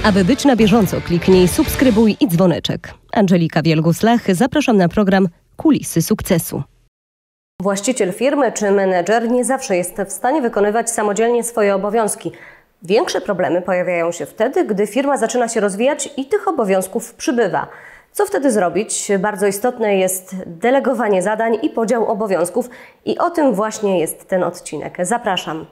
Aby być na bieżąco, kliknij subskrybuj i dzwoneczek. Angelika Wielgus-Lach, zapraszam na program Kulisy Sukcesu. Właściciel firmy czy menedżer nie zawsze jest w stanie wykonywać samodzielnie swoje obowiązki. Większe problemy pojawiają się wtedy, gdy firma zaczyna się rozwijać i tych obowiązków przybywa. Co wtedy zrobić? Bardzo istotne jest delegowanie zadań i podział obowiązków i o tym właśnie jest ten odcinek. Zapraszam.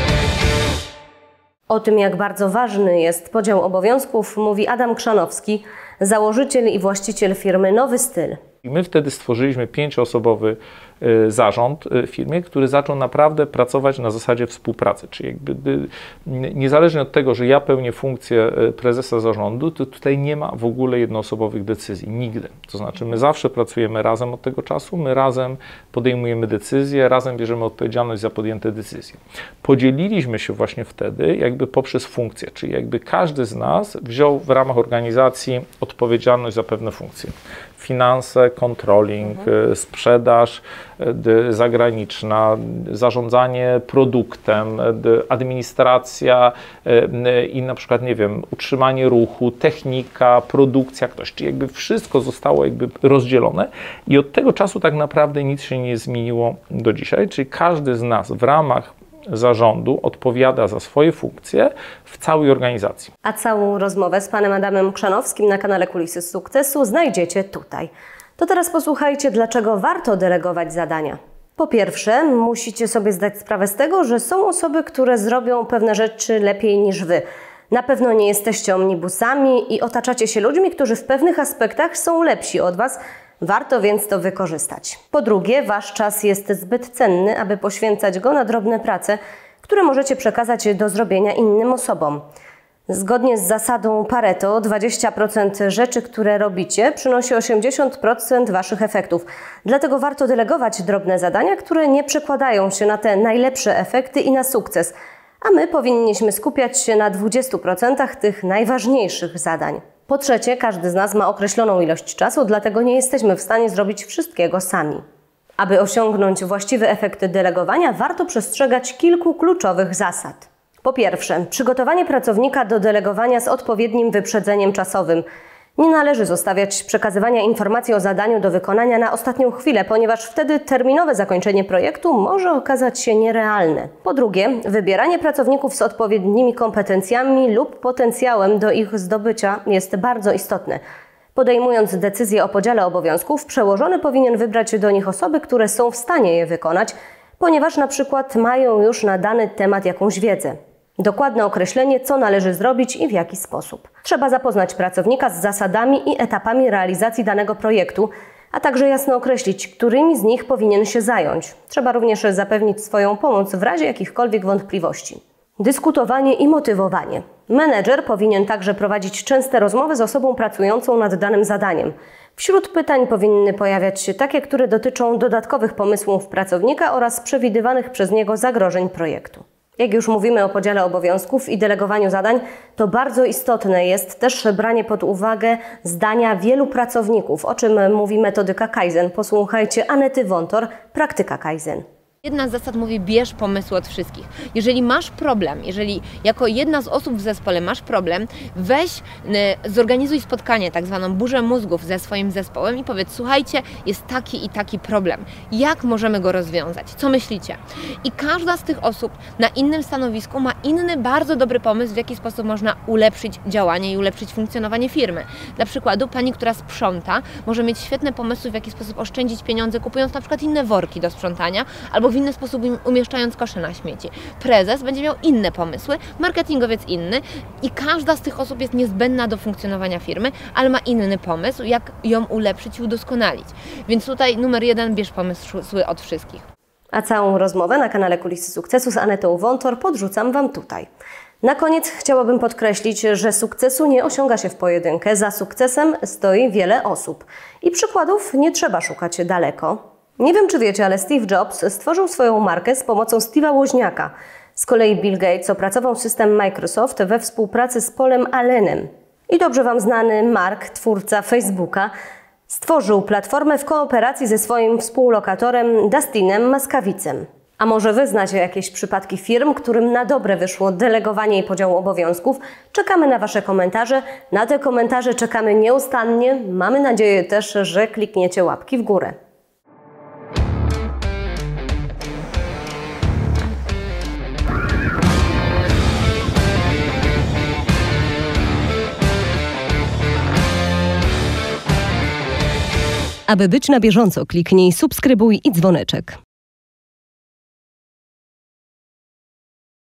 O tym, jak bardzo ważny jest podział obowiązków, mówi Adam Krzanowski, założyciel i właściciel firmy Nowy Styl. My wtedy stworzyliśmy 5-osobowy zarząd w firmie, który zaczął naprawdę pracować na zasadzie współpracy. Czyli jakby niezależnie od tego, że ja pełnię funkcję prezesa zarządu, to tutaj nie ma w ogóle jednoosobowych decyzji. Nigdy. To znaczy my zawsze pracujemy razem od tego czasu, my razem podejmujemy decyzje, razem bierzemy odpowiedzialność za podjęte decyzje. Podzieliliśmy się właśnie wtedy jakby poprzez funkcje, czyli jakby każdy z nas wziął w ramach organizacji odpowiedzialność za pewne funkcje. Finanse, controlling, sprzedaż zagraniczna, zarządzanie produktem, administracja i na przykład, nie wiem, utrzymanie ruchu, technika, produkcja, ktoś, czyli jakby wszystko zostało jakby rozdzielone i od tego czasu tak naprawdę nic się nie zmieniło do dzisiaj, czyli każdy z nas w ramach zarządu odpowiada za swoje funkcje w całej organizacji. A całą rozmowę z panem Adamem Krzanowskim na kanale Kulisy Sukcesu znajdziecie tutaj. To teraz posłuchajcie, dlaczego warto delegować zadania. Po pierwsze, musicie sobie zdać sprawę z tego, że są osoby, które zrobią pewne rzeczy lepiej niż wy. Na pewno nie jesteście omnibusami i otaczacie się ludźmi, którzy w pewnych aspektach są lepsi od was. Warto więc to wykorzystać. Po drugie, wasz czas jest zbyt cenny, aby poświęcać go na drobne prace, które możecie przekazać do zrobienia innym osobom. Zgodnie z zasadą Pareto, 20% rzeczy, które robicie, przynosi 80% waszych efektów. Dlatego warto delegować drobne zadania, które nie przekładają się na te najlepsze efekty i na sukces, a my powinniśmy skupiać się na 20% tych najważniejszych zadań. Po trzecie, każdy z nas ma określoną ilość czasu, dlatego nie jesteśmy w stanie zrobić wszystkiego sami. Aby osiągnąć właściwy efekt delegowania, warto przestrzegać kilku kluczowych zasad. Po pierwsze, przygotowanie pracownika do delegowania z odpowiednim wyprzedzeniem czasowym. Nie należy zostawiać przekazywania informacji o zadaniu do wykonania na ostatnią chwilę, ponieważ wtedy terminowe zakończenie projektu może okazać się nierealne. Po drugie, wybieranie pracowników z odpowiednimi kompetencjami lub potencjałem do ich zdobycia jest bardzo istotne. Podejmując decyzję o podziale obowiązków, przełożony powinien wybrać do nich osoby, które są w stanie je wykonać, ponieważ na przykład mają już na dany temat jakąś wiedzę. Dokładne określenie, co należy zrobić i w jaki sposób. Trzeba zapoznać pracownika z zasadami i etapami realizacji danego projektu, a także jasno określić, którymi z nich powinien się zająć. Trzeba również zapewnić swoją pomoc w razie jakichkolwiek wątpliwości. Dyskutowanie i motywowanie. Menedżer powinien także prowadzić częste rozmowy z osobą pracującą nad danym zadaniem. Wśród pytań powinny pojawiać się takie, które dotyczą dodatkowych pomysłów pracownika oraz przewidywanych przez niego zagrożeń projektu. Jak już mówimy o podziale obowiązków i delegowaniu zadań, to bardzo istotne jest też branie pod uwagę zdania wielu pracowników, o czym mówi metodyka Kaizen. Posłuchajcie Anety Wątor, praktyka Kaizen. Jedna z zasad mówi: bierz pomysły od wszystkich. Jeżeli masz problem, jeżeli jako jedna z osób w zespole masz problem, weź, zorganizuj spotkanie, tak zwaną burzę mózgów ze swoim zespołem i powiedz: słuchajcie, jest taki i taki problem. Jak możemy go rozwiązać? Co myślicie? I każda z tych osób na innym stanowisku ma inny, bardzo dobry pomysł, w jaki sposób można ulepszyć działanie i ulepszyć funkcjonowanie firmy. Dla przykładu pani, która sprząta, może mieć świetne pomysły, w jaki sposób oszczędzić pieniądze, kupując na przykład inne worki do sprzątania, albo w inny sposób umieszczając kosze na śmieci. Prezes będzie miał inne pomysły, marketingowiec inny i każda z tych osób jest niezbędna do funkcjonowania firmy, ale ma inny pomysł, jak ją ulepszyć i udoskonalić. Więc tutaj numer 1, bierz pomysły od wszystkich. A całą rozmowę na kanale Kulisy Sukcesu z Anetą Wątor podrzucam Wam tutaj. Na koniec chciałabym podkreślić, że sukcesu nie osiąga się w pojedynkę. Za sukcesem stoi wiele osób. I przykładów nie trzeba szukać daleko. Nie wiem, czy wiecie, ale Steve Jobs stworzył swoją markę z pomocą Steve'a Woźniaka. Z kolei Bill Gates opracował system Microsoft we współpracy z Polem Allenem. I dobrze Wam znany Mark, twórca Facebooka, stworzył platformę w kooperacji ze swoim współlokatorem Dustinem Maskawicem. A może Wy znacie jakieś przypadki firm, którym na dobre wyszło delegowanie i podział obowiązków? Czekamy na Wasze komentarze. Na te komentarze czekamy nieustannie. Mamy nadzieję też, że klikniecie łapki w górę. Aby być na bieżąco, kliknij subskrybuj i dzwoneczek.